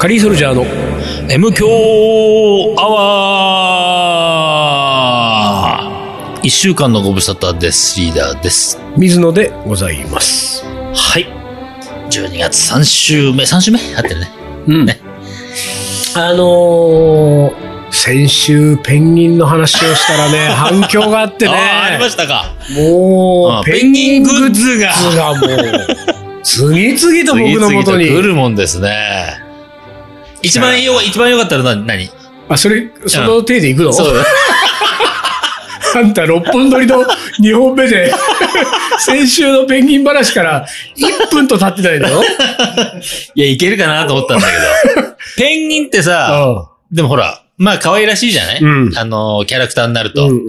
カリーソルジャーの M 強アワー。1週間のご無沙汰です。リーダーです。 水野でございます。 はい。12月3週目合ってるね。 うん。ね、先週ペンギンの話をしたらね、反響があってね。 ありましたか。 もう、 ペンギングッズがもう、次々と僕の元に。 来るもんですね。一番良かったら何？ あ、その手で行くの？ そうだ。 あんた6本撮りの2本目で、先週のペンギン話から1分と経ってないのよ。 いや、いけるかなと思ったんだけど。ペンギンってさ、でもほら、まあ可愛らしいじゃない？うん、キャラクターになると。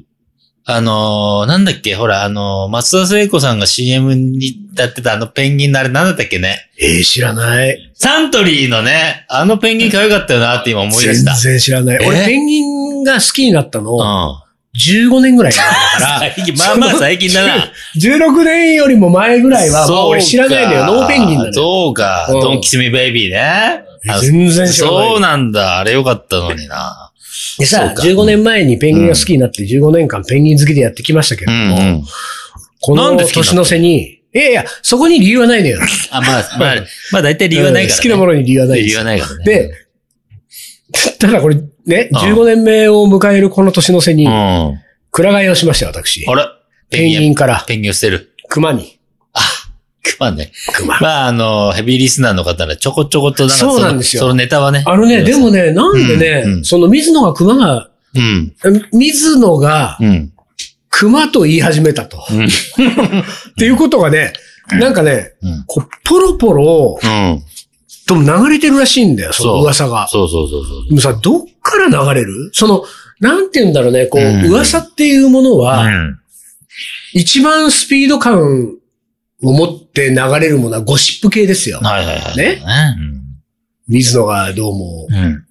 なんだっけ、ほら、松田聖子さんが CM にやってたペンギンのあれなんだったっけね。 知らない。 サントリーのね、ペンギン可愛かったよなって今思い出した。 全然知らない。俺ペンギンが好きになったの、15年ぐらい前だから。 まあ最近だな。 16年よりも前ぐらいは、俺知らないのよ。ノーペンギンだね。 そうか。ドンキスミベイビーね。 全然知らない。 そうなんだ。あれよかったのにな。 でさ、15年前にペンギンが好きになって15年間ペンギン好きでやってきましたけれども、この年の瀬に、いや、そこに理由はないのよ。 まあ大体理由はないからね。 好きなものに理由はない。 理由はないからね。 で、ただこれね、15年目を迎えるこの年の瀬に、蔵替えをしましたよ、私。 あれ？ ペンギンから。 ペンギンを捨てる。 熊に。 熊ね。まあ、ヘビーリスナーの方はちょこちょことそうなんですよ。 そのネタはね。 でもね、なんでね、その水野が水野が、熊と言い始めたと。っていうことがね、なんかね、ポロポロ、と流れてるらしいんだよ、その噂が。 そう。 でもさ、どっから流れる？なんて言うんだろうね、噂っていうものは、一番スピード感を持って流れるものはゴシップ系ですよ。 はい。 ね。水野がどうも、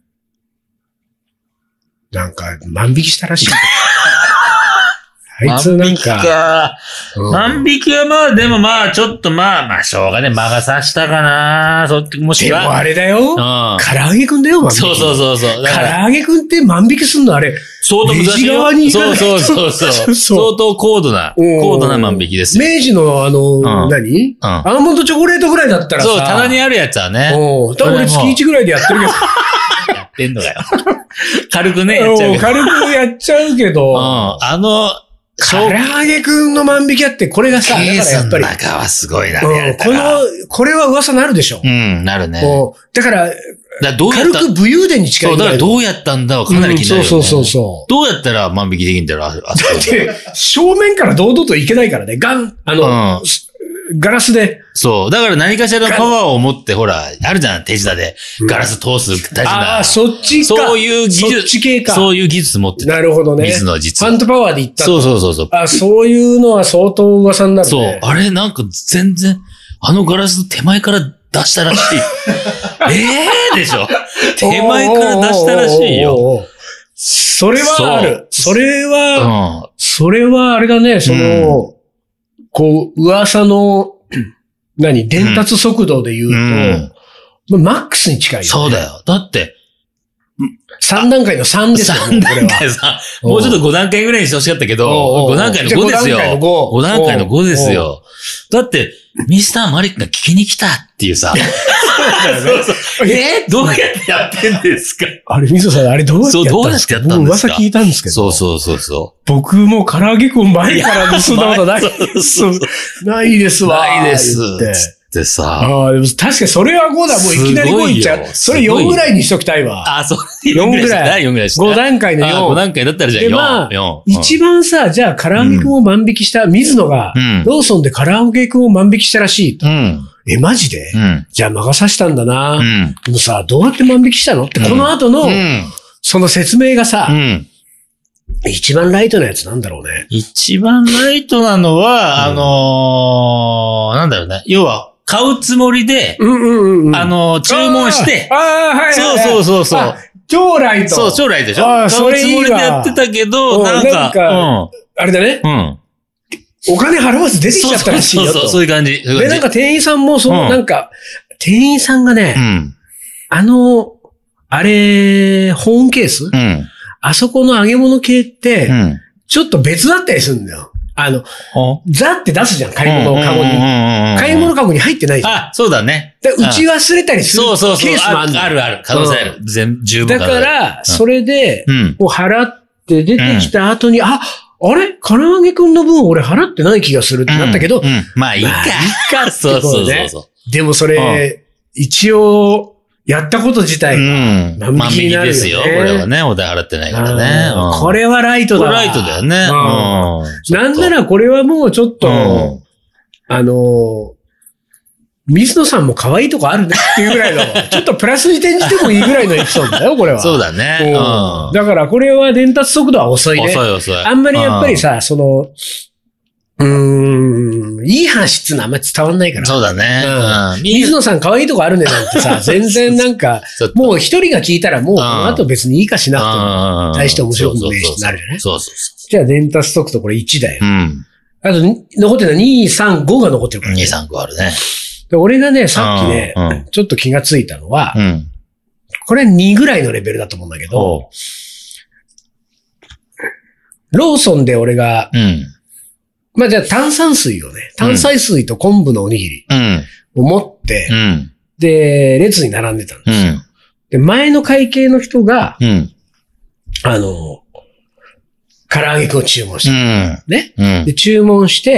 なんか万引きしたらしい。あいつなんか。 万引きはまあ、でもまあ、ちょっとまあ、しょうがね、魔が差したかな。もしくは。 でもあれだよ。唐揚げくんだよ、万引き。 そう。 唐揚げくんって万引きすんのあれ。 相当難しいよ。そう。相当高度な万引きですよ。 明治の何？アーモンドチョコレートぐらいだったらさ。 そう、棚にあるやつはね。 多分俺月1ぐらいでやってるけど。 やってんのかよ。軽くね、やっちゃうけど。 軽くやっちゃうけど。唐揚げくんの万引きあって、これがさ、だからやっぱり。 中はすごいな、 これは噂なるでしょ。 なるね。 だから、軽く武勇伝に近い。 そう、だからどうやったんだはかなり気になるよね。 そう。 どうやったら万引きできるんだろう、 だって、正面から堂々といけないからね。ガラスで。 そう。だから何かしらのパワーを持って、ほら、あるじゃん、手品で。ガラス通す大事な。 そっちか。 そういう技術。 そっち系か。 そういう技術持ってた。 なるほどね。 水の実。 ハントパワーでいった。 そう。 そういうのは相当噂になるね。 そう。あれなんか全然、ガラス手前から出したらしい。でしょ。手前から出したらしいよ。 それはある。それはあれだね、噂の、伝達速度で言うと、マックスに近いよね。 そうだよ。だって、 3段階の3ですよね。 3段階さ、もうちょっと5段階ぐらいにしてほしかったけど、5段階の5ですよ。5段階の5ですよ。だって、ミスターマリックが聞きに来たっていうさ。そうどうやってやってんですか？ あれ、水野さん、あれどうやってやったんですか？僕噂聞いたんですけど。 そう。 僕も唐揚げくん前から盗んだことない。ないですわ。 ないです。ってさ。 でも確かにそれは5だ。もういきなり5いっちゃう。それ4ぐらいにしときたいわ。 そう。 4ぐらい。 4ぐらい。 5段階の4。 5段階だったらじゃあ4。 一番さ、じゃあ唐揚げくんを万引きした水野が、ローソンで唐揚げくんを万引きしたらしいと。マジで？じゃあ魔が差したんだな。でもさ、どうやって万引きしたのって、この後の、その説明がさ、一番ライトなやつなんだろうね。 一番ライトなのは、なんだろうね。要は、買うつもりで、注文して、そう。 超ライト。 そう、超ライトでしょ？買うつもりでやってたけど、なんか、 あれだね。お金払わず出てきちゃったらしいよと。 そういう感じ。 で、なんか店員さんも、なんか、店員さんがね、 あれ、保温ケース、うん、あそこの揚げ物系って、うん、ちょっと別だったりするんだよ。ザって出すじゃん、買い物カゴに。買い物カゴに入ってないじゃん。 あ、そうだね。 打ち忘れたりするケースもあるんだよ。 あるある。可能性ある。十分だから、それで、こう払って出てきた後に、あれ唐揚げくんの分俺払ってない気がするってなったけど、 まあいいか。いいかそうそうそう。でもそれ、一応、やったこと自体が、 万引きですよ。これはね、お代払ってないからね。 これはライトだ。 これライトだよね。 なんならこれはもうちょっと、水野さんも可愛いとこあるねっていうぐらいの、ちょっとプラスに転じてもいいぐらいのエピソードだよ、これは。 そうだね。 だからこれは伝達速度は遅いね。 遅い。 あんまりやっぱりさ、いい話っつうのはあんまり伝わんないから。 そうだね。 水野さん可愛いとこあるねなんてさ、全然なんか、もう一人が聞いたらもう、この後別にいいかしなくても、大して面白くねえしなるじゃない？ そう。 じゃあ伝達速度これ1だよ。あと、残ってるのは2、3、5が残ってるからね。 2、3、5あるね。 で俺がね、さっきね、ちょっと気がついたのは、これ2ぐらいのレベルだと思うんだけど、ローソンで俺が、まあじゃあ炭酸水をね、炭酸水と昆布のおにぎりを持って、で、列に並んでたんですよ。で、前の会計の人が、唐揚げくんを注文した。ね。で、注文して、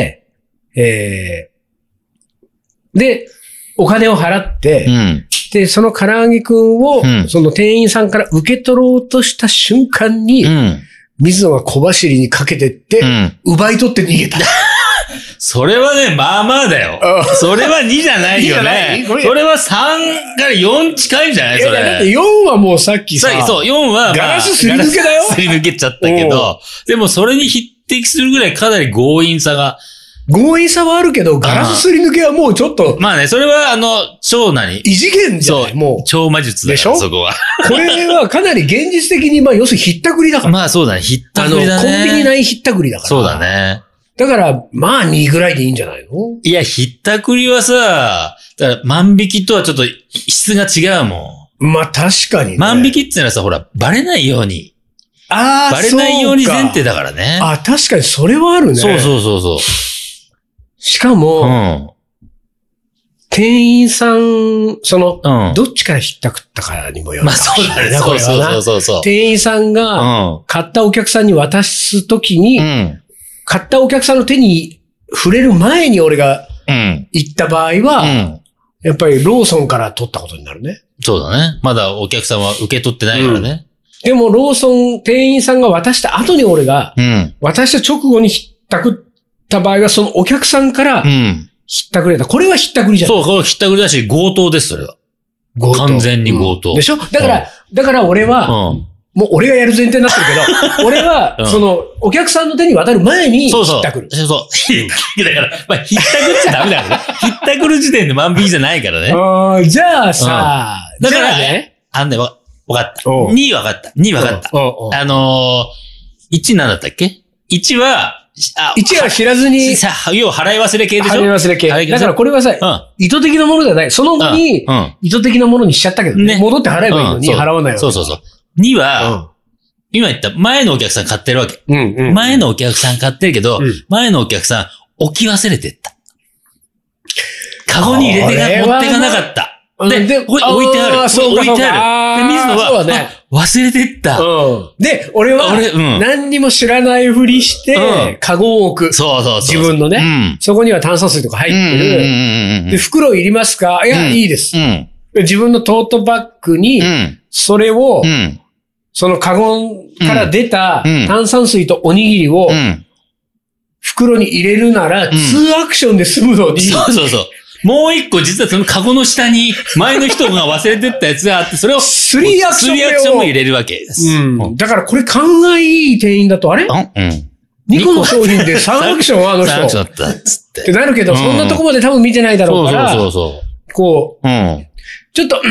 で、お金を払って、で、その唐揚げくんを、その店員さんから受け取ろうとした瞬間に、水野が小走りにかけてって、奪い取って逃げた。 それはね、まあまあだよ。それは2じゃないよね。それは3から4近いんじゃないそれ。 だって4はもうさっきさ。 そう、4は、 ガラスすり抜けだよ。 すり抜けちゃったけど、でもそれに匹敵するぐらいかなり強引さが。 強引さはあるけど、ガラスすり抜けはもうちょっと。 まあね、それは超異次元じゃないもう。 超魔術だから、そこは。 これはかなり現実的に、まあ要するにひったくりだから。 まあそうだね、ひったくりだね。 コンビニないひったくりだから。 そうだね。 だから、まあ2ぐらいでいいんじゃないの？ いや、ひったくりはさ、だから万引きとはちょっと質が違うもん。まあ確かにね。 万引きってのはさ、ほら、バレないように。バレないように前提だからね。 確かにそれはあるね。 そう。 しかも、店員さん、どっちからひったくったかにもよる。 まあそうだね。そう。 店員さんが、買ったお客さんに渡すときに、買ったお客さんの手に触れる前に俺が行った場合は、やっぱりローソンから取ったことになるね。 そうだね。まだお客さんは受け取ってないからね。 でもローソン店員さんが渡した後に俺が、渡した直後にひったくった場合はそのお客さんから、ひったくれた。これはひったくりじゃん。 そう、これひったくりだし強盗です、それは。完全に強盗。 でしょ？だから俺は、もう俺がやる前提になってるけど、俺は、お客さんの手に渡る前に、ひったくる。 そう。だから、まあ、ひったくっちゃダメだからね。ひったくる時点で万引きじゃないからね。 じゃあさ、 だからね、わかった。2わかった。1なんだったっけ ?1 は、 1は知らずに。 要は払い忘れ系でしょ？ 払い忘れ系。だからこれはさ、意図的なものじゃない。その後に、意図的なものにしちゃったけどね。戻って払えばいいのに払わないわけ。 そう。2は、今言った前のお客さん買ってるわけ。前のお客さん買ってるけど、前のお客さん置き忘れてった。カゴに入れて持ってかなかった。で、置いてある。置いてある。で、水野は、忘れてった。 で、俺は、何にも知らないふりして、カゴを置く。 そう。 自分のね。そこには炭酸水とか入ってる。で、袋いりますか？いや、いいです。自分のトートバッグに、それを、そのカゴから出た炭酸水とおにぎりを、袋に入れるなら、2アクションで済むのに。 そう。もう一個実はそのカゴの下に前の人が忘れてったやつがあって、それを 3アクションも入れるわけです。 だからこれ勘がいい店員だと、あれ2個の商品で3アクションは人。 3アクションだったっつって。 ってなるけど、そんなとこまで多分見てないだろうから。こう、ちょっと、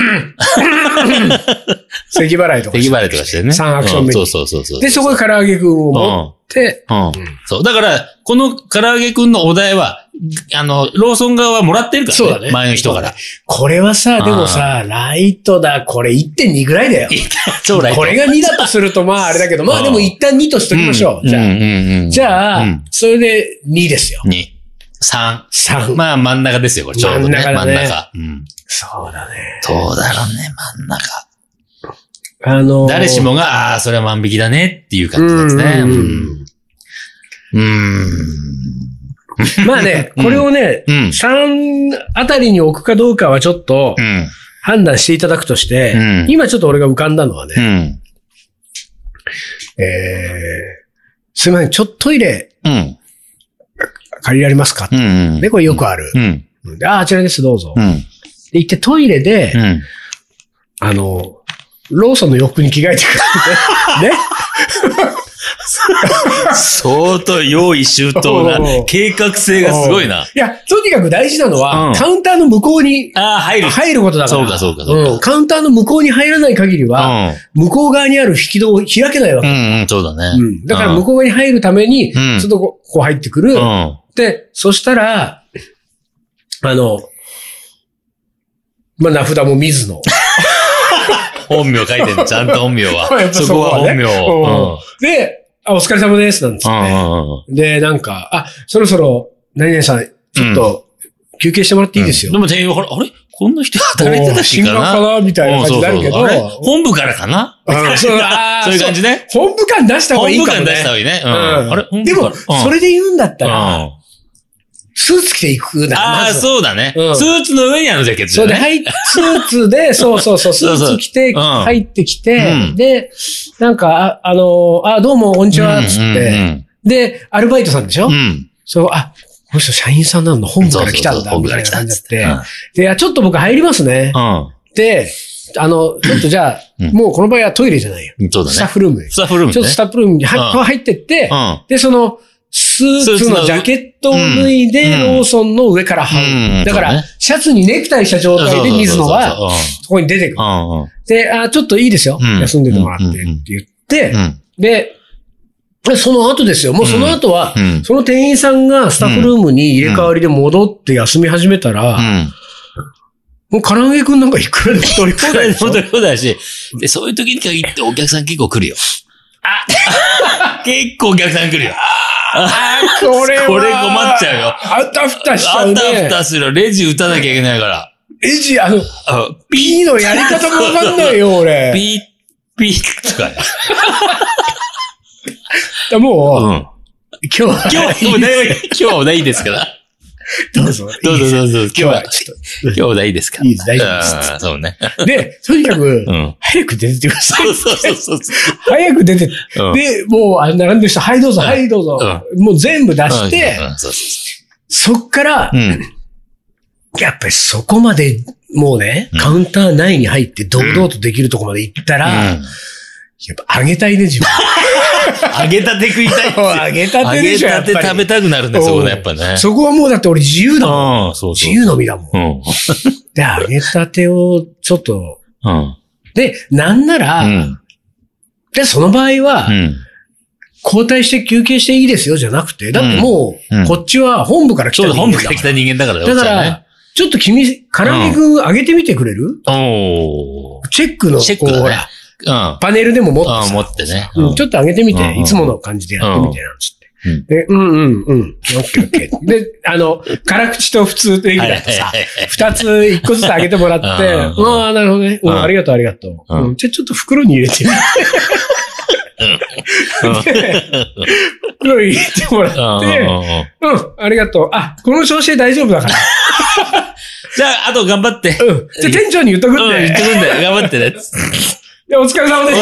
咳払いとかしてね。 3アクション目に。 そう。 で、そこで唐揚げくんを持って、 そう。だから、この唐揚げくんのお題は、 ローソン側はもらってるからね。 そうだね。 前の人から。 これはさ、でもさ、ライトだ、これ 1.2 ぐらいだよ。 超ライト。 これが2だとするとまああれだけど、まあでも一旦2としときましょう。じゃあ、それで2ですよ。 2。3。 3。 まあ真ん中ですよ、これちょうどね。真ん中。 そうだね。 どうだろうね、真ん中。誰しもが、それは万引きだねっていう感じですね。 まあね、これをね、3あたりに置くかどうかはちょっと、判断していただくとして、今ちょっと俺が浮かんだのはね、すいません、ちょっとトイレ、借りられますかで、これよくある。あちらです、どうぞ。で、行ってトイレで、ローソンの洋服に着替えてくる。ね。 相当用意周到な、計画性がすごいな。 いや、とにかく大事なのは、カウンターの向こうに入ることだから。 そうか。 カウンターの向こうに入らない限りは、向こう側にある引き戸を開けないわけ。 そうだね。 だから向こう側に入るために、ちょっとこう入ってくる。で、そしたら、まあ、名札も水野。 本名書いてるちゃんと本名は。そこは本名。 で、お疲れ様です、なんつって。で、なんか、そろそろ、何々さん、ちょっと、休憩してもらっていいですよ。 でも店員は、あれこんな人働いてたしかな。 新顔かなみたいな感じになるけど。 本部からかなそういう感じね。 本部感出した方がいいかもね。 本部感出した方がいいね。あれでも、それで言うんだったら、スーツ着ていくな。そうだね。スーツの上にジャケット。 そうで、スーツで、スーツ着て、入ってきて、で、なんか、どうも、こんにちは、つって、で、アルバイトさんでしょそう、この人社員さんなの本部から来たんだ、みたいな感じで。で、ちょっと僕入りますね。で、ちょっとじゃあ、もうこの場合はトイレじゃないよ。 そうだね。 スタッフルーム。ちょっとスタッフルームに入ってって、で、スーツのジャケットを脱いで、ローソンの上から羽織る。だから、シャツにネクタイした状態で水野は、そこに出てくる。で、ちょっといいですよ。休んでてもらって、って言って、で、その後ですよ。もうその後は、その店員さんがスタッフルームに入れ替わりで戻って休み始めたら、もう唐揚げくんなんかいくらでも取り放題でしょ。 取り放題だし、で、そういう時に限ってお客さん結構来るよ。結構お客さん来るよ。 これ困っちゃうよ。 あたふたしちゃうね。 あたふたするよ。レジ打たなきゃいけないから。 レジ、ピーのやり方もわかんないよ、俺。 ピーとかね。 もう、今日はお題ですから。 どうぞ。 今日はお題ですか。 いいです、大丈夫です。 そうね。 で、とにかく、早く出てってください。 そう。 早く出て、で、もう、並んでる人、はいどうぞ、もう全部出して、そっから、やっぱりそこまで、もうね、カウンター内に入って堂々とできるとこまで行ったら、やっぱ揚げたいね、自分。 揚げたて食いたい。 揚げたてでしょ、 揚げたて食べたくなるんだよ、そこでやっぱね。 そこはもうだって俺自由だもん。自由の身だもん。で、揚げたてをちょっと。で、なんなら、で、その場合は、交代して休憩していいですよ、じゃなくて。だってもう、こっちは本部から来た人間だから。 本部から来た人間だからだから、ちょっと君、唐揚げくん上げてみてくれる？チェックの、ほら。パネルでも持って持ってね。 ちょっと上げてみて、いつもの感じでやってみて、なんつって。で、オッケー。で、辛口と普通レギュラーとさ、一個ずつ上げてもらって、なるほどね。ありがとう。じゃあちょっと袋に入れてみて。袋に入れてもらって、ありがとう。この調子で大丈夫だから。 じゃあ、あと頑張って。 じゃあ店長に言っとくんだよ。 頑張ってね。 お疲れ様です。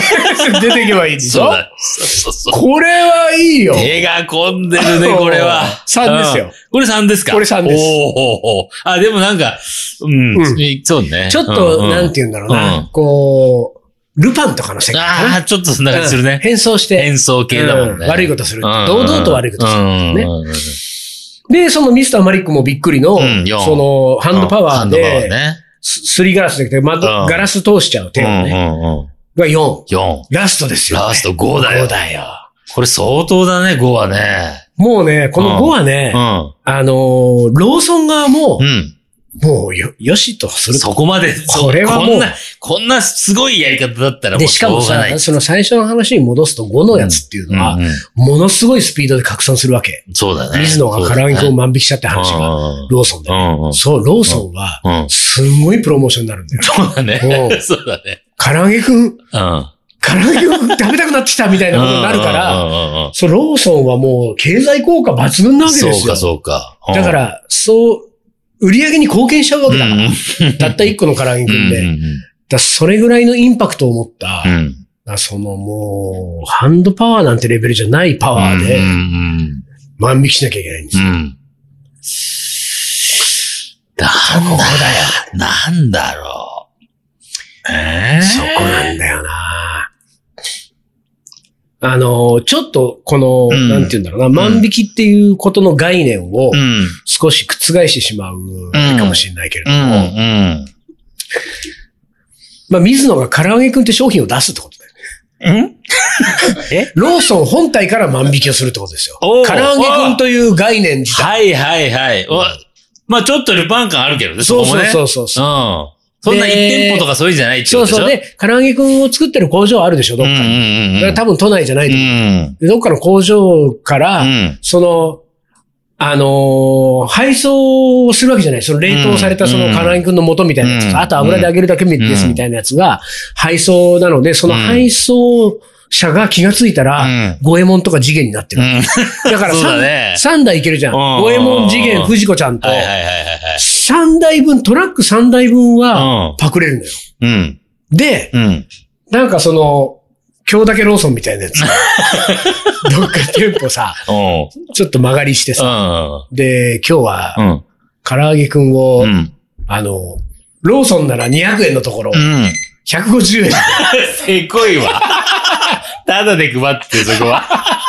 出ていけばいいでしょ。 そうだ。 これはいいよ。 手が込んでるね、これは。 3ですよ。 これ3ですか？ これ3です。 でもなんか、そうね。 ちょっと、なんて言うんだろうな。ルパンとかの世界かな。 ちょっとそんな感じするね。 変装して。 変装系だもんね。 悪いことする。堂々と悪いことする。ね。で、そのミスターマリックもびっくりの、その、ハンドパワーで、すりガラスでガラス通しちゃう手をね。が4。ラストですよ。 ラスト5だよ。 5だよ。 これ相当だね、5はね。 もうね、この5はね、ローソン側も、もうよしとする。 そこまで、 これはもう、 こんなすごいやり方だったらもうしょうがない。 で、しかもさ、その最初の話に戻すと5のやつっていうのは、ものすごいスピードで拡散するわけ。 そうだね。 水野が唐揚げくんを万引きしたって話が、ローソンで。そう、ローソンは、すんごいプロモーションになるんだよ。 そうだね。そうだね。 唐揚げくん、唐揚げくん食べたくなってきたみたいなことになるから、そう、ローソンはもう経済効果抜群なわけですよ。 そうか。 だから、売り上げに貢献しちゃうわけだから。たった1個の唐揚げくんで。だそれぐらいのインパクトを持った、もう、ハンドパワーなんてレベルじゃないパワーで、万引きしなきゃいけないんですよ。 なんだろう。 そこなんだよな。ちょっと、この、なんて言うんだろうな、万引きっていうことの概念を、少し覆してしまうかもしれないけれども、まあ、水野が唐揚げくんって商品を出すってことだよね。ローソン本体から万引きをするってことですよ。唐揚げくんという概念自体。 まあ、ちょっとルパン感あるけどね、 そう。 そんな一店舗とかそういうんじゃないってことでしょ。 そう。で、唐揚げくんを作ってる工場あるでしょ、どっかに。だから多分都内じゃないと思う。でどっかの工場から、配送をするわけじゃない。その冷凍されたその唐揚げくんの素みたいなやつ、あと油で揚げるだけですみたいなやつが配送なので、その配送者が気がついたら、五右衛門とか次元になってる。だから3台いけるじゃん。五右衛門次元、藤子ちゃんと、3台分、トラック3台分はパクれるのよ。で、なんか今日だけローソンみたいなやつ。どっか店舗さ、ちょっと曲がりしてさ、で、今日は、唐揚げくんを、ローソンなら200円のところ、150円。 せこいわ。ただで配って、そこは。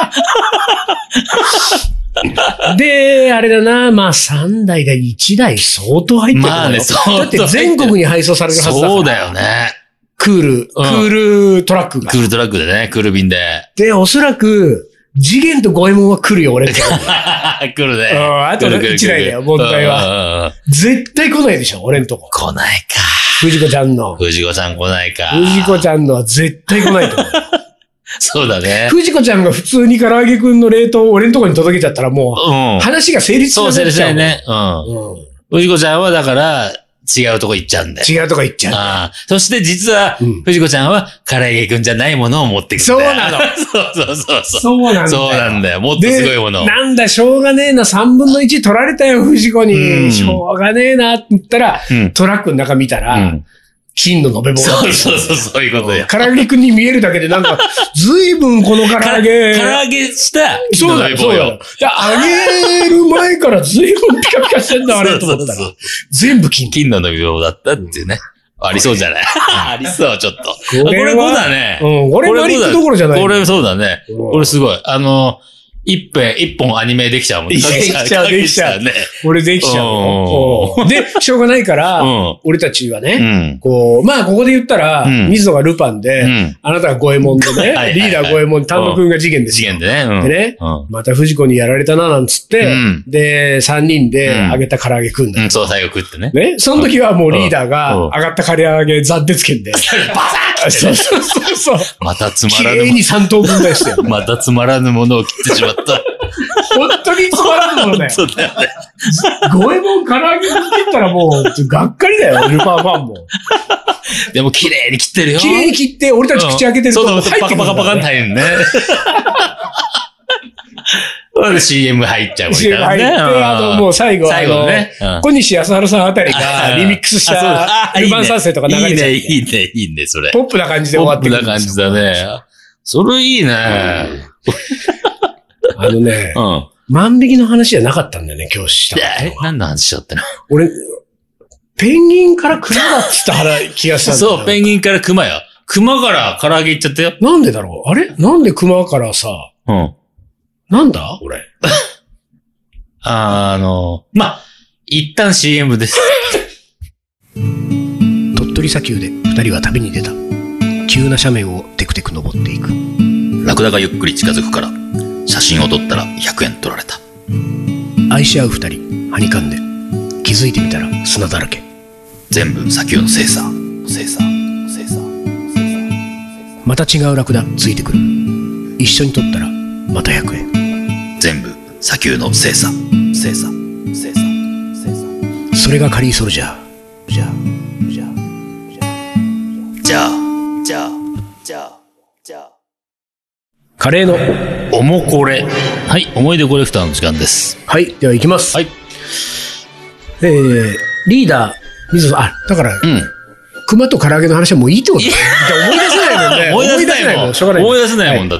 で、あれだな、まあ3台が1台相当入ってる。 まあね、 だって全国に配送されるはずだから。 そうだよね。 クールトラックが。 クールトラックでね、クール便で。 で、おそらく、次元と五右衛門は来るよ、俺のところ。来るね。 あと1台だよ、問題は。絶対来ないでしょ、俺のとこ。 来ないか。 藤子ちゃんの。 藤子ちゃん来ないか。 藤子ちゃんのは絶対来ないと思う。 そうだね。 藤子ちゃんが普通に唐揚げくんの冷凍を俺のとこに届けちゃったらもう、話が成立しなくなっちゃう。 そう、成立しないね。藤子ちゃんはだから、違うとこ行っちゃうんだよ。 違うとこ行っちゃう。 そして実は、藤子ちゃんは、唐揚げくんじゃないものを持ってくる。 そうなの。そうなんだよ。 そうなんだよ。もっとすごいもの。 なんだ、しょうがねえな、3分の1取られたよ、藤子に。しょうがねえな、って言ったら、トラックの中見たら、金の延べ棒。 そういうことよ。 唐揚げくんに見えるだけでなんか、ずいぶんこの唐揚げ。 唐揚げした金の延べ棒よ。 揚げる前からずいぶんピカピカしてんだ、あれと思ったら。全部金。 金の延べ棒だったっていうね。ありそうじゃないありそう、ちょっと。これ5だね。 これ割りどころじゃない。 これそうだね。これすごい。一本アニメできちゃうもんね。 できちゃう。俺できちゃう。で、しょうがないから、俺たちはね、まあ、ここで言ったら、水野がルパンで、あなたが五右衛門でね、リーダー五右衛門、丹野くんが次元ですよ。 次元でね。 でね、また藤子にやられたな、なんつって、で、3人で揚げた唐揚げ食うんだ。 そう、最後食ってね。 ね、その時はもうリーダーが揚がった唐揚げ暫定券で。 バサッそう。またつまらぬ。綺麗に3等分だしてよ。 またつまらぬものを切ってしまった。 本当につまらぬものだよ。 そうだよね。 五右衛門唐揚げ切ったらもう、がっかりだよ、ルパンファンも。 でも綺麗に切ってるよ。 綺麗に切って、俺たち口開けてると入ってくる。パカパカパカって入るね。CM 入っちゃうみたいな。 CM 入って、もう最後ね。 小西康晴さんあたりがリミックスしたルパン三世とか流れちゃう。 いいね、それ。 ポップな感じで終わってる。 ポップな感じだね。それいいね。 万引きの話じゃなかったんだよね、今日した。 何の話しちゃったの？ 俺、ペンギンから熊だって言った気がしたんだよ。 そう、ペンギンから熊よ。熊から唐揚げいっちゃったよ。 なんでだろう？あれなんで熊からさ、なんだ俺。 一旦 CM です。 鳥取砂丘で二人は旅に出た。急な斜面をテクテク登っていく。 ラクダがゆっくり近づくから。 写真を撮ったら100円取られた。 愛し合う二人、はにかんで。気づいてみたら砂だらけ。 全部砂丘の精査。 また違うラクダついてくる。一緒に撮ったらまた100円。 全部砂丘の精査。 それがカリーソルジャー。じゃあカレーのおもこれ。はい、思い出コレクターの時間です。 はい、では行きます。 はい。 リーダー水野さん、だから、熊と唐揚げの話はもういいってことだね。思い出せないもんね。 思い出せないもん。しょうがない。思い出せないもんだって。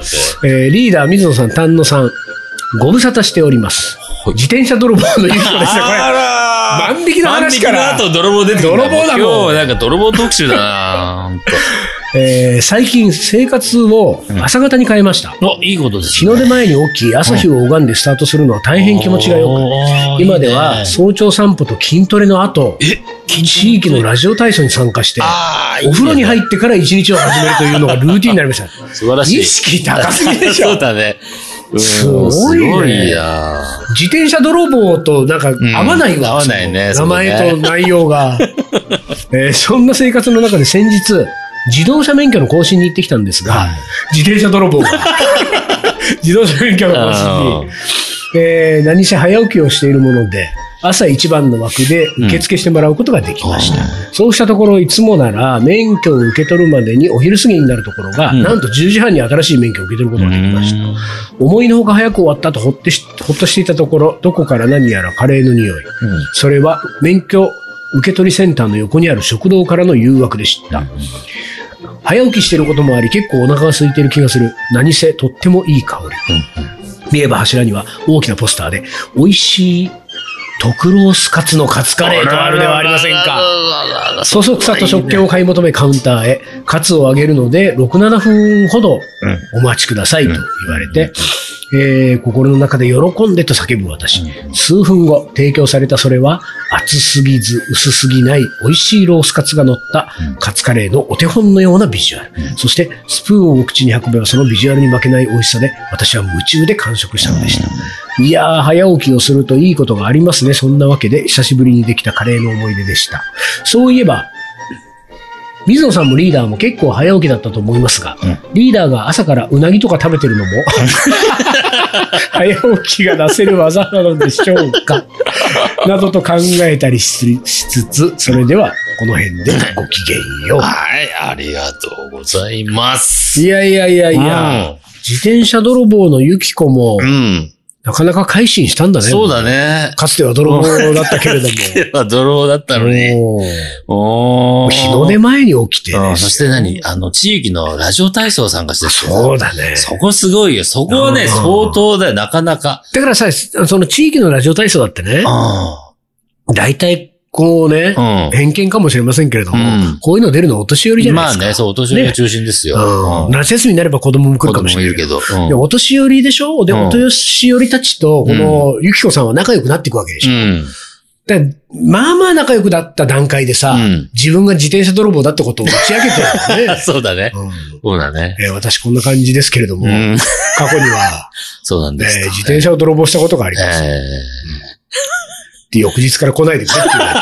リーダー水野さん、丹野さん、ご無沙汰しております。自転車泥棒のユキコでした。これ。万引きの話から。 万引きの後泥棒出てくる。 泥棒だもん。 今日はなんか泥棒特集だな最近生活を朝方に変えました。 いいことですね。 日の出前に起き、朝日を拝んでスタートするのは大変気持ちがよく、今では早朝散歩と筋トレの後、地域のラジオ体操に参加して、お風呂に入ってから一日を始めるというのがルーティンになりました。 素晴らしい。 意識高すぎでしょ。 そうだね。 すごいね。自転車泥棒となんか合わないわ。 合わないね。 名前と内容が。そんな生活の中で先日、自動車免許の更新に行ってきたんですが、自転車泥棒が自動車免許の更新に、何せ早起きをしているもので、朝一番の枠で受付してもらうことができました。そうしたところ、いつもなら免許を受け取るまでにお昼過ぎになるところが、なんと10時半に新しい免許を受け取ることができました。思いのほか早く終わったとほっとしていたところ、どこから何やらカレーの匂い。それは免許受け取りセンターの横にある食堂からの誘惑でした。早起きしていることもあり、結構お腹が空いている気がする。何せとってもいい香り。見れば柱には大きなポスターで、美味しい特ロースカツのカツカレーとあるではありませんか。そそくさと食券を買い求めカウンターへ、カツをあげるので、6、7分ほどお待ちくださいと言われて、心の中で喜んでと叫ぶ私。数分後、提供されたそれは、厚すぎず薄すぎない美味しいロースカツが乗ったカツカレーのお手本のようなビジュアル。そして、スプーンを口に運べばそのビジュアルに負けない美味しさで、私は夢中で完食したのでした。いやー、早起きをするといいことがありますね。そんなわけで、久しぶりにできたカレーの思い出でした。そういえば、水野さんもリーダーも結構早起きだったと思いますが、リーダーが朝からうなぎとか食べてるのも早起きが出せる技なのでしょうかなどと考えたりしつつ、それではこの辺でごきげんよう。 はい、ありがとうございます。 いや、自転車泥棒のユキコも、なかなか改心したんだね。 そうだね。 かつては泥棒だったけれども。かつては泥棒だったのに。 日の出前に起きて、 ね。そして地域のラジオ体操参加してる。 そうだね。 そこすごいよ。そこはね、相当だよ。なかなか。 だからさ、その地域のラジオ体操だってね。大体、こうね、偏見かもしれませんけれども、こういうの出るのはお年寄りじゃないですか。 まあね、そう、お年寄りが中心ですよ。 夏休みになれば子供も来るかもしれないけど。お年寄りでしょで、お年寄りたちと、この、ゆきこさんは仲良くなっていくわけでしょ。まあまあ仲良くなった段階でさ、自分が自転車泥棒だってことを打ち明けてるよね。 そうだね。そうだね。 私こんな感じですけれども、過去には、 そうなんです。 自転車を泥棒したことがあります。で、翌日から来ないでくれって言われ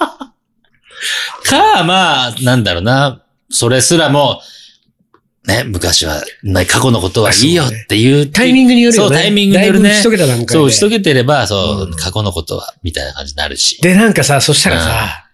て。 まあ、なんだろうな。それすらも、ね、昔は、過去のことはいいよっていう。 タイミングによるよね。 そう、タイミングによるね。 だいぶ打ち解けた段階で。 そう、打ち解けてれば、そう、過去のことは、みたいな感じになるし。 で、なんかさ、そしたらさ、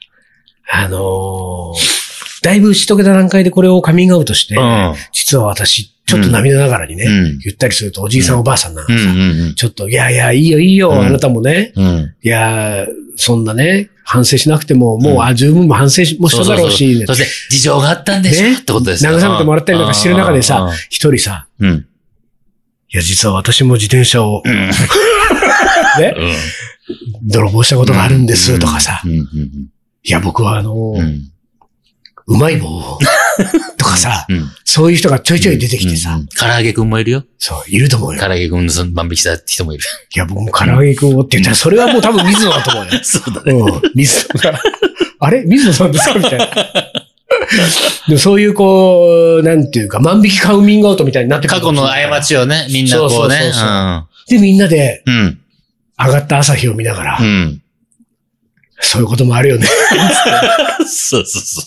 だいぶ打ち解けた段階でこれをカミングアウトして、実は私、ちょっと涙ながらにね、言ったりすると、おじいさんおばあさんなんかさ、ちょっと、いや、いいよ、あなたもね、いや、そんなね、反省しなくても、もう、十分も反省もしただろうし、 そして、事情があったんでしょってことですよ。 慰めてもらったりなんかしてる中でさ、一人さ、いや、実は私も自転車を、ね、泥棒したことがあるんです、とかさ、いや、僕はうまい棒とかさ、そういう人がちょいちょい出てきてさ。 唐揚げくんもいるよ。 そう、いると思うよ。 唐揚げくんの万引きした人もいる。 いや、僕も唐揚げくんをって言ったら、それはもう多分水野だと思うよ。 そうだね。 水野が。あれ水野さんですかみたいな。 でそういうこう、なんていうか、万引きカウミングアウトみたいになってくる。 過去の過ちをね、みんなこうね。 で、みんなで、上がった朝日を見ながら、そういうこともあるよね。 そう。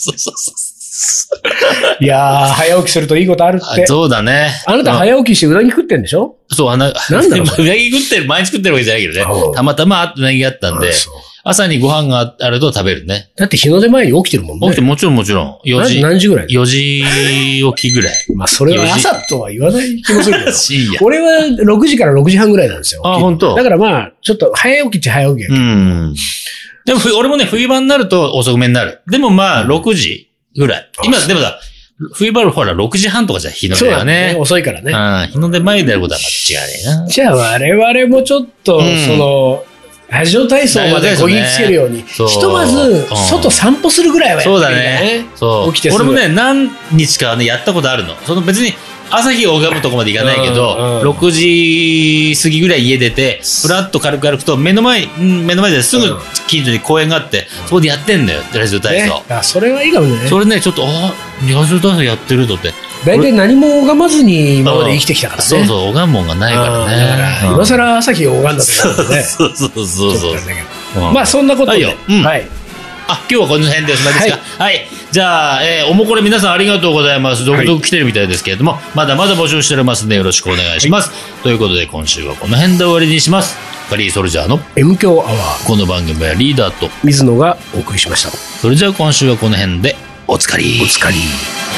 いやー、早起きするといいことあるって。 そうだね。 あなた早起きしてうなぎ食ってんでしょ？ そう、なんだろう。うなぎ食ってる、毎日食ってるわけじゃないけどね。たまたまうなぎがあったんで、朝にご飯があると食べるね。 だって日の出前に起きてるもんね。 起きてもちろん。4時。 何時ぐらい ?4 時起きぐらい。 まあ、それは朝とは言わない気もするけど。 深夜。 俺は6時から6時半ぐらいなんですよ。 あ、本当。 だからまあ、ちょっと早起きっちゃ早起きやけど。 でも、俺もね、冬場になると遅めになる。でもまあ、6時ぐらい。今、でもさ、冬場ほら、6時半とかじゃ日の出はね。 遅いからね。 日の出前でやることは違うね。 じゃあ我々もちょっと、ラジオ体操までこぎつけるように、ひとまず、外散歩するぐらいはやってるんだね。 そうだね。起きて俺もね、何日かね、やったことあるの。別に、朝日を拝むとこまで行かないけど、6時過ぎぐらい家出て、ふらっと軽く歩くと、目の前ですぐ近所に公園があって、そこでやってんだよ、ラジオ体操。 それはいいかもね。 それね、ちょっと、ラジオ体操やってるとって。 大体何も拝まずに今まで生きてきたからね。 そう、拝むもんがないからね。 だから、今更朝日を拝んだと思うね。 そう。 まあ、そんなことで。はい。 今日はこの辺でおしまいですか。はい。じゃあ、おもこれ皆さんありがとうございます。続々来てるみたいですけれども、まだまだ募集しておりますのでよろしくお願いします。ということで、今週はこの辺で終わりにします。フリーソルジャーの M 強アワー。 この番組はリーダーと水野がお送りしました。 それじゃあ今週はこの辺でおつかり。 おつかり。